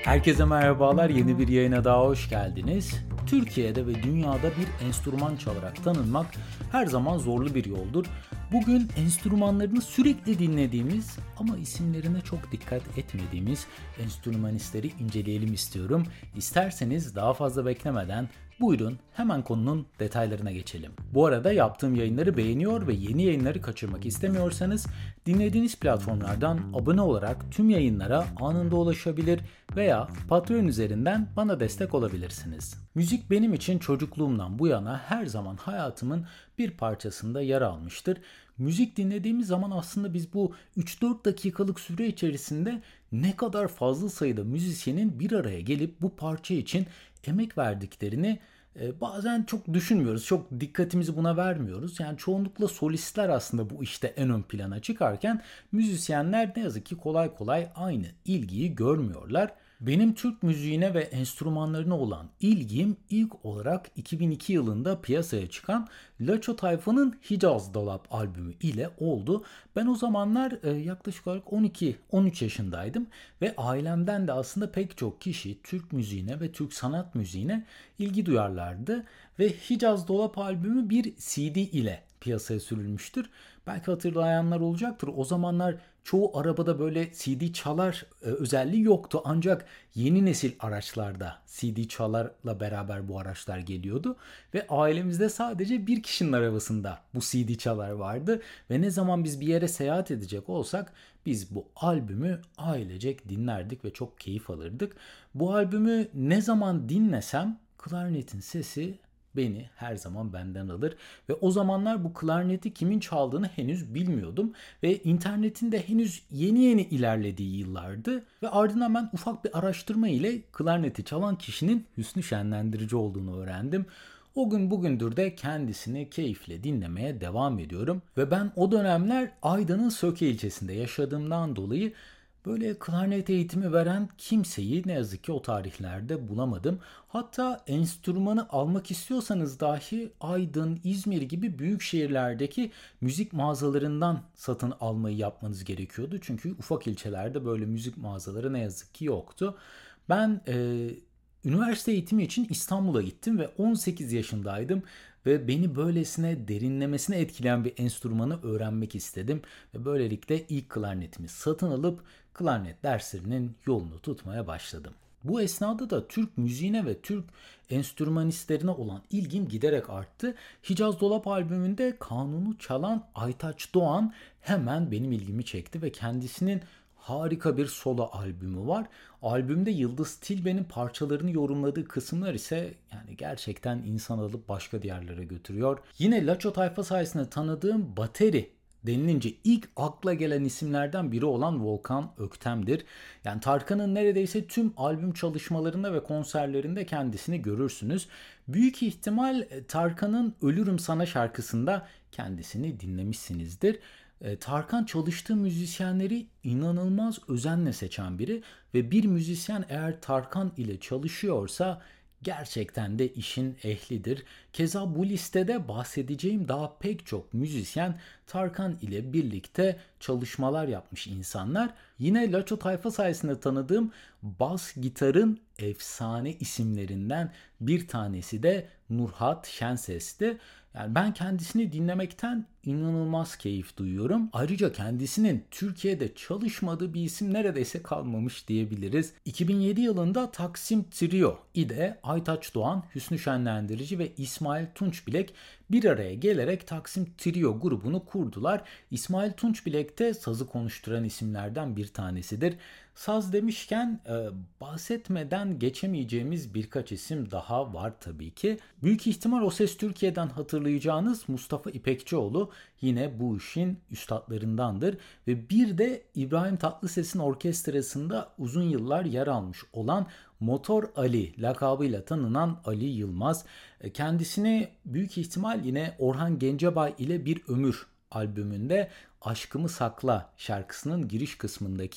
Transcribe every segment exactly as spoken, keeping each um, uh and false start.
Herkese merhabalar, yeni bir yayına daha hoş geldiniz. Türkiye'de ve dünyada bir enstrüman çalarak tanınmak her zaman zorlu bir yoldur. Bugün enstrümanlarını sürekli dinlediğimiz ama isimlerine çok dikkat etmediğimiz enstrümanistleri inceleyelim istiyorum. İsterseniz daha fazla beklemeden buyurun hemen konunun detaylarına geçelim. Bu arada yaptığım yayınları beğeniyor ve yeni yayınları kaçırmak istemiyorsanız dinlediğiniz platformlardan abone olarak tüm yayınlara anında ulaşabilir veya Patreon üzerinden bana destek olabilirsiniz. Müzik benim için çocukluğumdan bu yana her zaman hayatımın bir parçasında yer almıştır. Müzik dinlediğimiz zaman aslında biz bu üç dört dakikalık süre içerisinde ne kadar fazla sayıda müzisyenin bir araya gelip bu parça için emek verdiklerini e, bazen çok düşünmüyoruz. Çok dikkatimizi buna vermiyoruz. Yani çoğunlukla solistler aslında bu işte en ön plana çıkarken müzisyenler ne yazık ki kolay kolay aynı ilgiyi görmüyorlar. Benim Türk müziğine ve enstrümanlarına olan ilgim ilk olarak iki bin iki yılında piyasaya çıkan Laço Tayfa'nın Hicaz Dolap albümü ile oldu. Ben o zamanlar e, yaklaşık olarak on iki on üç yaşındaydım ve ailemden de aslında pek çok kişi Türk müziğine ve Türk sanat müziğine ilgi duyarlardı ve Hicaz Dolap albümü bir C D ile piyasaya sürülmüştür. Belki hatırlayanlar olacaktır. O zamanlar çoğu arabada böyle C D çalar e, özelliği yoktu. Ancak yeni nesil araçlarda C D çalarla beraber bu araçlar geliyordu. Ve ailemizde sadece bir kişinin arabasında bu C D çalar vardı. Ve ne zaman biz bir yere seyahat edecek olsak biz bu albümü ailecek dinlerdik ve çok keyif alırdık. Bu albümü ne zaman dinlesem klarnetin sesi beni her zaman benden alır ve o zamanlar bu klarneti kimin çaldığını henüz bilmiyordum ve internetin de henüz yeni yeni ilerlediği yıllardı ve ardından ben ufak bir araştırma ile klarneti çalan kişinin Hüsnü Şenlendirici olduğunu öğrendim. O gün bugündür de kendisini keyifle dinlemeye devam ediyorum ve ben o dönemler Aydın'ın Söke ilçesinde yaşadığımdan dolayı böyle klarnet eğitimi veren kimseyi ne yazık ki o tarihlerde bulamadım. Hatta enstrümanı almak istiyorsanız dahi Aydın, İzmir gibi büyük şehirlerdeki müzik mağazalarından satın almayı yapmanız gerekiyordu. Çünkü ufak ilçelerde böyle müzik mağazaları ne yazık ki yoktu. Ben e, üniversite eğitimi için İstanbul'a gittim ve on sekiz yaşındaydım. Ve beni böylesine derinlemesine etkileyen bir enstrümanı öğrenmek istedim. Ve böylelikle ilk klarnetimi satın alıp klarnet derslerinin yolunu tutmaya başladım. Bu esnada da Türk müziğine ve Türk enstrümanistlerine olan ilgim giderek arttı. Hicaz Dolap albümünde kanunu çalan Aytaç Doğan hemen benim ilgimi çekti ve kendisinin harika bir solo albümü var. Albümde Yıldız Tilbe'nin parçalarını yorumladığı kısımlar ise yani gerçekten insan alıp başka diyarlara götürüyor. Yine Laço Tayfa sayesinde tanıdığım bateri denilince ilk akla gelen isimlerden biri olan Volkan Öktem'dir. Yani Tarkan'ın neredeyse tüm albüm çalışmalarında ve konserlerinde kendisini görürsünüz. Büyük ihtimal Tarkan'ın Ölürüm Sana şarkısında kendisini dinlemişsinizdir. Tarkan çalıştığı müzisyenleri inanılmaz özenle seçen biri ve bir müzisyen eğer Tarkan ile çalışıyorsa gerçekten de işin ehlidir. Keza bu listede bahsedeceğim daha pek çok müzisyen Tarkan ile birlikte çalışmalar yapmış insanlar. Yine Laço Tayfa sayesinde tanıdığım bas gitarın efsane isimlerinden bir tanesi de Nurhat Şenses'ti. Yani ben kendisini dinlemekten inanılmaz keyif duyuyorum. Ayrıca kendisinin Türkiye'de çalışmadığı bir isim neredeyse kalmamış diyebiliriz. iki bin yedi yılında Taksim Trio ile Aytaç Doğan, Hüsnü Şenlendirici ve İsmail Tunçbilek bir araya gelerek Taksim Trio grubunu kurdular. İsmail Tunçbilek de sazı konuşturan isimlerden bir tanesidir. Saz demişken e, bahsetmeden geçemeyeceğimiz birkaç isim daha var tabii ki. Büyük ihtimal O Ses Türkiye'den hatırlayacağınız Mustafa İpekçioğlu yine bu işin üstadlarındandır. Ve bir de İbrahim Tatlıses'in orkestrasında uzun yıllar yer almış olan Motor Ali lakabıyla tanınan Ali Yılmaz. Kendisini büyük ihtimal yine Orhan Gencebay ile Bir Ömür albümünde Aşkımı Sakla şarkısının giriş kısmındaki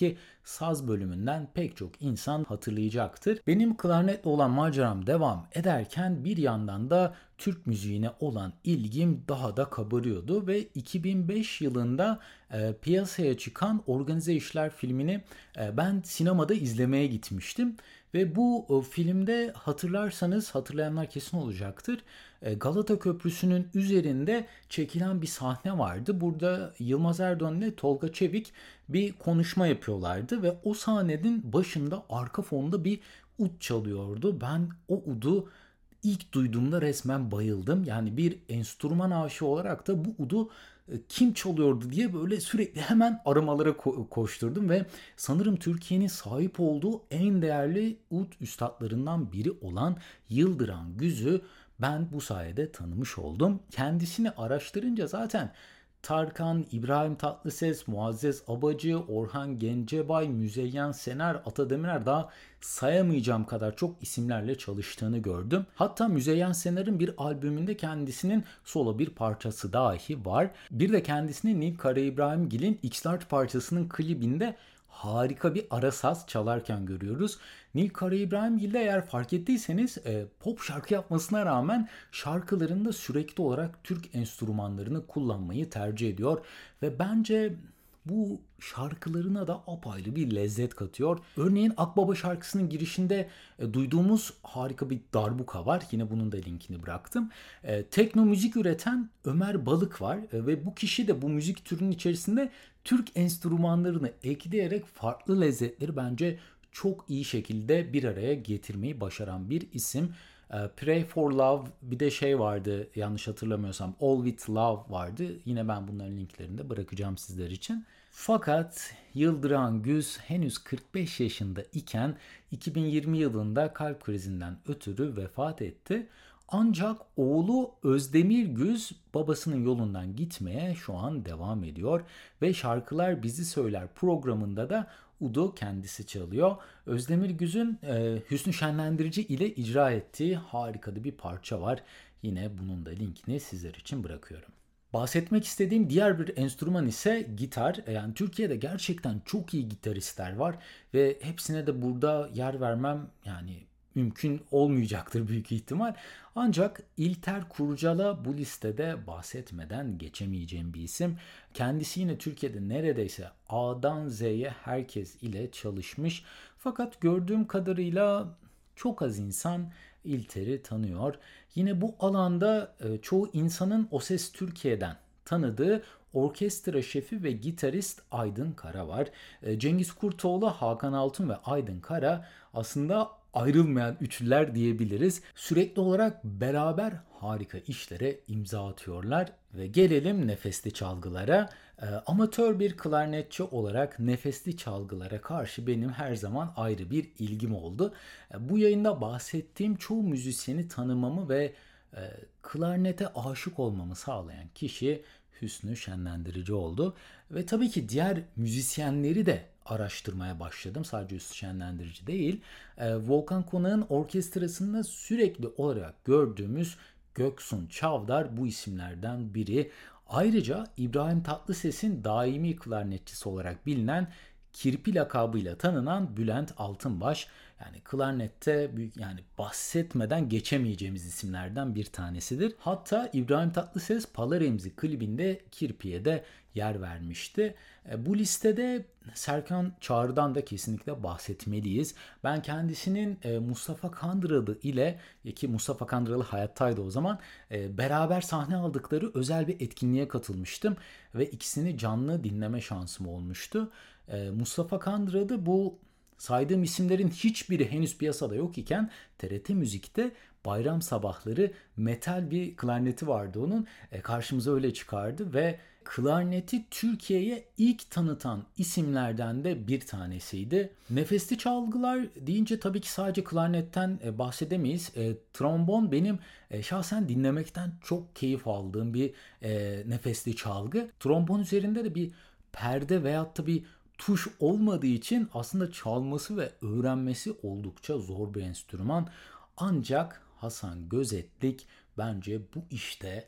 saz bölümünden pek çok insan hatırlayacaktır. Benim klarnetle olan maceram devam ederken bir yandan da Türk müziğine olan ilgim daha da kabarıyordu ve iki bin beş yılında e, piyasaya çıkan Organize İşler filmini e, ben sinemada izlemeye gitmiştim. Ve bu e, filmde hatırlarsanız, hatırlayanlar kesin olacaktır, e, Galata Köprüsü'nün üzerinde çekilen bir sahne vardı. Burada Yılmaz Erdoğan ile Tolga Çevik bir konuşma yapıyorlardı ve o sahnenin başında arka fonda bir ud çalıyordu. Ben o udu İlk duyduğumda resmen bayıldım. Yani bir enstrüman aşığı olarak da bu udu e, kim çalıyordu diye böyle sürekli hemen aramalara ko- koşturdum ve sanırım Türkiye'nin sahip olduğu en değerli ud üstadlarından biri olan Yıldıran Güz'ü ben bu sayede tanımış oldum. Kendisini araştırınca zaten Tarkan, İbrahim Tatlıses, Muazzez Abacı, Orhan Gencebay, Müzeyyen Senar, Ata Demirer, daha sayamayacağım kadar çok isimlerle çalıştığını gördüm. Hatta Müzeyyen Senar'ın bir albümünde kendisinin solo bir parçası dahi var. Bir de kendisini Nil Karaibrahimgil'in X-Large parçasının klibinde harika bir ara saz çalarken görüyoruz. Nil Karaibrahimgil'de eğer fark ettiyseniz e, pop şarkı yapmasına rağmen şarkılarında sürekli olarak Türk enstrümanlarını kullanmayı tercih ediyor ve bence bu şarkılarına da apayrı bir lezzet katıyor. Örneğin Akbaba şarkısının girişinde e, duyduğumuz harika bir darbuka var. Yine bunun da linkini bıraktım. E, tekno müzik üreten Ömer Balık var e, ve bu kişi de bu müzik türünün içerisinde Türk enstrümanlarını ekleyerek farklı lezzetleri bence çok iyi şekilde bir araya getirmeyi başaran bir isim. Pray for Love, bir de şey vardı yanlış hatırlamıyorsam, All With Love vardı. Yine ben bunların linklerini de bırakacağım sizler için. Fakat Yıldıran Güz henüz kırk beş yaşında iken iki bin yirmi yılında kalp krizinden ötürü vefat etti. Ancak oğlu Özdemir Güz babasının yolundan gitmeye şu an devam ediyor ve Şarkılar Bizi Söyler programında da udu kendisi çalıyor. Özdemir Güz'ün e, Hüsnü Şenlendirici ile icra ettiği harika bir parça var. Yine bunun da linkini sizler için bırakıyorum. Bahsetmek istediğim diğer bir enstrüman ise gitar. Yani Türkiye'de gerçekten çok iyi gitaristler var ve hepsine de burada yer vermem yani mümkün olmayacaktır büyük ihtimal. Ancak İlter Kurcala bu listede bahsetmeden geçemeyeceğim bir isim. Kendisi yine Türkiye'de neredeyse A'dan Z'ye herkes ile çalışmış. Fakat gördüğüm kadarıyla çok az insan İlter'i tanıyor. Yine bu alanda e, çoğu insanın O Ses Türkiye'den tanıdığı orkestra şefi ve gitarist Aydın Kara var. E, Cengiz Kurtoğlu, Hakan Altun ve Aydın Kara aslında ayrılmayan üçlüler diyebiliriz. Sürekli olarak beraber harika işlere imza atıyorlar ve gelelim nefesli çalgılara. E, amatör bir klarnetçi olarak nefesli çalgılara karşı benim her zaman ayrı bir ilgim oldu. E, bu yayında bahsettiğim çoğu müzisyeni tanımamı ve e, klarnete aşık olmamı sağlayan kişi Hüsnü Şenlendirici oldu. Ve tabii ki diğer müzisyenleri de araştırmaya başladım. Sadece Hüsnü Şenlendirici değil. E, Volkan Konak'ın orkestrasında sürekli olarak gördüğümüz Göksun Çavdar bu isimlerden biri. Ayrıca İbrahim Tatlıses'in daimi klarnetçisi olarak bilinen, Kirpi lakabıyla tanınan Bülent Altınbaş, yani klarnette büyük, yani bahsetmeden geçemeyeceğimiz isimlerden bir tanesidir. Hatta İbrahim Tatlıses Palaremzi klibinde Kirpi'ye de yer vermişti. E, bu listede Serkan Çağrı'dan da kesinlikle bahsetmeliyiz. Ben kendisinin e, Mustafa Kandıralı ile, ki Mustafa Kandıralı hayattaydı o zaman, e, beraber sahne aldıkları özel bir etkinliğe katılmıştım ve ikisini canlı dinleme şansım olmuştu. E, Mustafa Kandıralı bu saydığım isimlerin hiçbiri henüz piyasada yok iken T R T Müzik'te bayram sabahları metal bir klarneti vardı onun. E, karşımıza öyle çıkardı ve klarneti Türkiye'ye ilk tanıtan isimlerden de bir tanesiydi. Nefesli çalgılar deyince tabii ki sadece klarnetten e, bahsedemeyiz. E, trombon benim e, şahsen dinlemekten çok keyif aldığım bir e, nefesli çalgı. Trombon üzerinde de bir perde veyahut da bir tuş olmadığı için aslında çalması ve öğrenmesi oldukça zor bir enstrüman. Ancak Hasan Gözetlik bence bu işte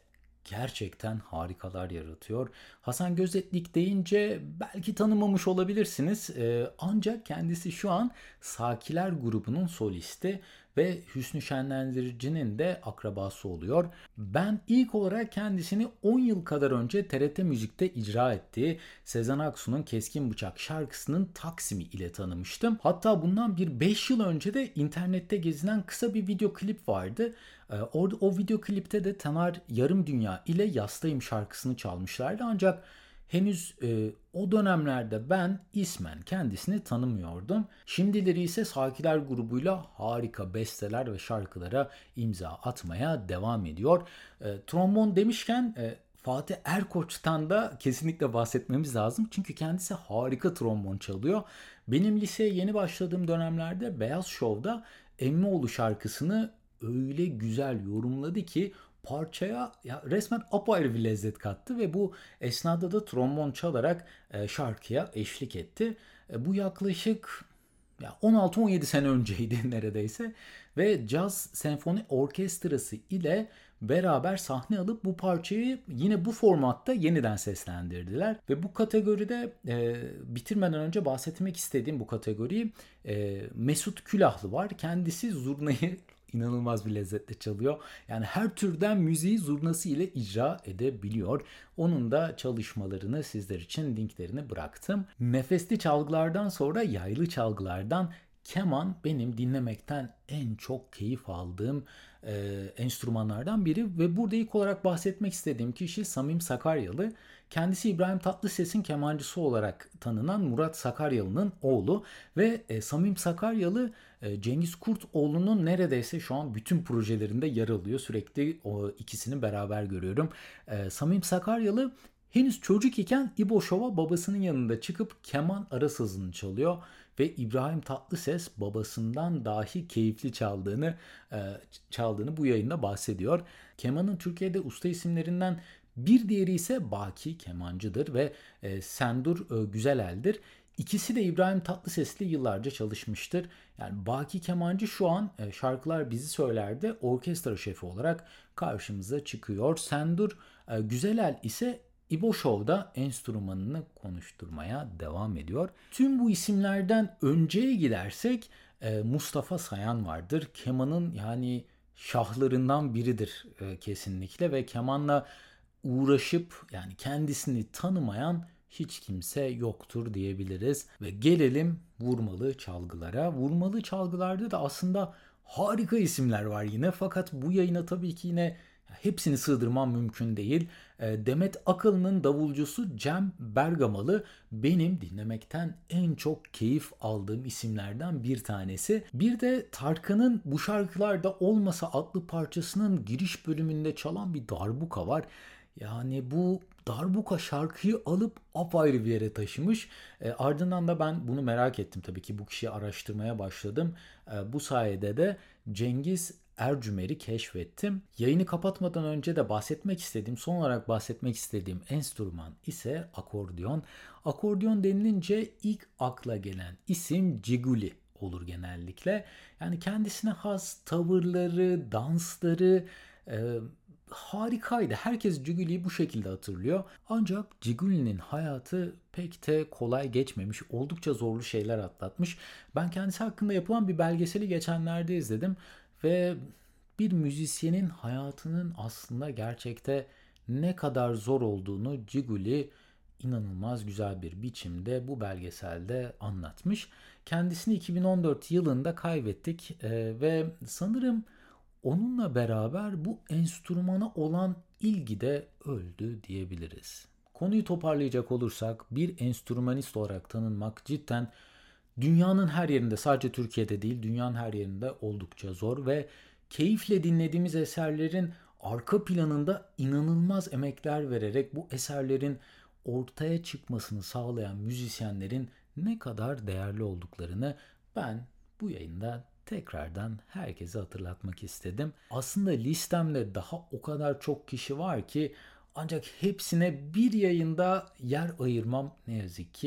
gerçekten harikalar yaratıyor. Hasan Gözetlik deyince belki tanımamış olabilirsiniz. Ee, ancak kendisi şu an Sakiler grubunun solisti ve Hüsnü Şenlendirici'nin de akrabası oluyor. Ben ilk olarak kendisini on yıl kadar önce T R T Müzik'te icra ettiği Sezen Aksu'nun Keskin Bıçak şarkısının Taksim'i ile tanımıştım. Hatta bundan bir beş yıl önce de internette gezinen kısa bir video klip vardı. Ee, orada o video klipte de Taner Yarım Dünya ile Yastayım şarkısını çalmışlardı. Ancak henüz e, o dönemlerde ben ismen kendisini tanımıyordum. Şimdileri ise Sakiler grubuyla harika besteler ve şarkılara imza atmaya devam ediyor. E, trombon demişken e, Fatih Erkoç'tan da kesinlikle bahsetmemiz lazım. Çünkü kendisi harika trombon çalıyor. Benim liseye yeni başladığım dönemlerde Beyaz Şov'da Emmioğlu şarkısını öyle güzel yorumladı ki parçaya ya resmen apayrı bir lezzet kattı ve bu esnada da trombon çalarak e, şarkıya eşlik etti. E, bu yaklaşık ya on altı on yedi sene önceydi neredeyse ve Caz Senfoni Orkestrası ile beraber sahne alıp bu parçayı yine bu formatta yeniden seslendirdiler ve bu kategoride e, bitirmeden önce bahsetmek istediğim bu kategoriyi e, Mesut Külahlı var. Kendisi zurnayı inanılmaz bir lezzetle çalıyor. Yani her türden müziği zurnası ile icra edebiliyor. Onun da çalışmalarını sizler için linklerini bıraktım. Nefesli çalgılardan sonra yaylı çalgılardan keman benim dinlemekten en çok keyif aldığım e, enstrümanlardan biri ve burada ilk olarak bahsetmek istediğim kişi Samim Sakaryalı. Kendisi İbrahim Tatlıses'in kemancısı olarak tanınan Murat Sakaryalı'nın oğlu ve e, Samim Sakaryalı e, Cengiz Kurtoğlu'nun neredeyse şu an bütün projelerinde yer alıyor. Sürekli o ikisini beraber görüyorum. E, Samim Sakaryalı henüz çocuk iken İbo Şov'a babasının yanında çıkıp keman ara sazını çalıyor ve İbrahim Tatlıses babasından dahi keyifli çaldığını e, çaldığını bu yayında bahsediyor. Kemanın Türkiye'de usta isimlerinden bir diğeri ise Baki Kemancı'dır ve e, Sendur e, Güzelel'dir. İkisi de İbrahim Tatlıses'le yıllarca çalışmıştır. Yani Baki Kemancı şu an e, Şarkılar Bizi Söyler'de orkestra şefi olarak karşımıza çıkıyor. Sendur e, Güzelel ise İbo Show'da enstrümanını konuşturmaya devam ediyor. Tüm bu isimlerden önceye gidersek e, Mustafa Sayan vardır. Kemanın yani şahlarından biridir e, kesinlikle ve kemanla uğraşıp yani kendisini tanımayan hiç kimse yoktur diyebiliriz. Ve gelelim vurmalı çalgılara. Vurmalı çalgılarda da aslında harika isimler var yine fakat bu yayına tabii ki yine hepsini sığdırmam mümkün değil. Demet Akalın'ın davulcusu Cem Bergamalı benim dinlemekten en çok keyif aldığım isimlerden bir tanesi. Bir de Tarkan'ın Bu Şarkılarda Olmasa adlı parçasının giriş bölümünde çalan bir darbuka var. Yani bu darbuka şarkıyı alıp apayrı bir yere taşımış. E, ardından da ben bunu merak ettim tabii ki bu kişiyi araştırmaya başladım. E, bu sayede de Cengiz Ercümer'i keşfettim. Yayını kapatmadan önce de bahsetmek istediğim, son olarak bahsetmek istediğim enstrüman ise akordeon. Akordeon denilince ilk akla gelen isim Ciguli olur genellikle. Yani kendisine has tavırları, dansları, e, harikaydı. Herkes Ciguli'yi bu şekilde hatırlıyor. Ancak Ciguli'nin hayatı pek de kolay geçmemiş. Oldukça zorlu şeyler atlatmış. Ben kendisi hakkında yapılan bir belgeseli geçenlerde izledim. Ve bir müzisyenin hayatının aslında gerçekte ne kadar zor olduğunu Ciguli inanılmaz güzel bir biçimde bu belgeselde anlatmış. Kendisini iki bin on dört yılında kaybettik ee, ve sanırım onunla beraber bu enstrümana olan ilgi de öldü diyebiliriz. Konuyu toparlayacak olursak bir enstrümanist olarak tanınmak cidden dünyanın her yerinde, sadece Türkiye'de değil dünyanın her yerinde oldukça zor ve keyifle dinlediğimiz eserlerin arka planında inanılmaz emekler vererek bu eserlerin ortaya çıkmasını sağlayan müzisyenlerin ne kadar değerli olduklarını ben bu yayında tekrardan herkese hatırlatmak istedim. Aslında listemde daha o kadar çok kişi var ki ancak hepsine bir yayında yer ayırmam ne yazık ki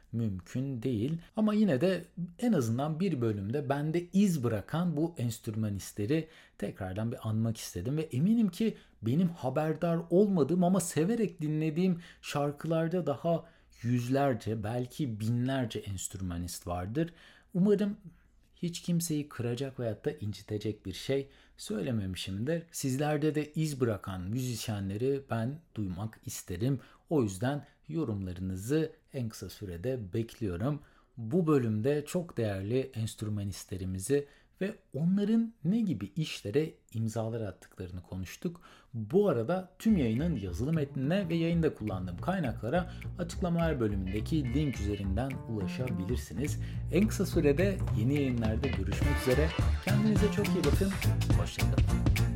mümkün değil. Ama yine de en azından bir bölümde bende iz bırakan bu enstrümanistleri tekrardan bir anmak istedim ve eminim ki benim haberdar olmadığım ama severek dinlediğim şarkılarda daha yüzlerce, belki binlerce enstrümanist vardır. Umarım hiç kimseyi kıracak veyahut da incitecek bir şey söylememişimdir. Sizlerde de iz bırakan müzisyenleri ben duymak isterim. O yüzden yorumlarınızı en kısa sürede bekliyorum. Bu bölümde çok değerli enstrümanistlerimizi ve onların ne gibi işlere imzalar attıklarını konuştuk. Bu arada tüm yayının yazılı metnine ve yayında kullandığım kaynaklara açıklamalar bölümündeki link üzerinden ulaşabilirsiniz. En kısa sürede yeni yayınlarda görüşmek üzere. Kendinize çok iyi bakın. Hoşçakalın.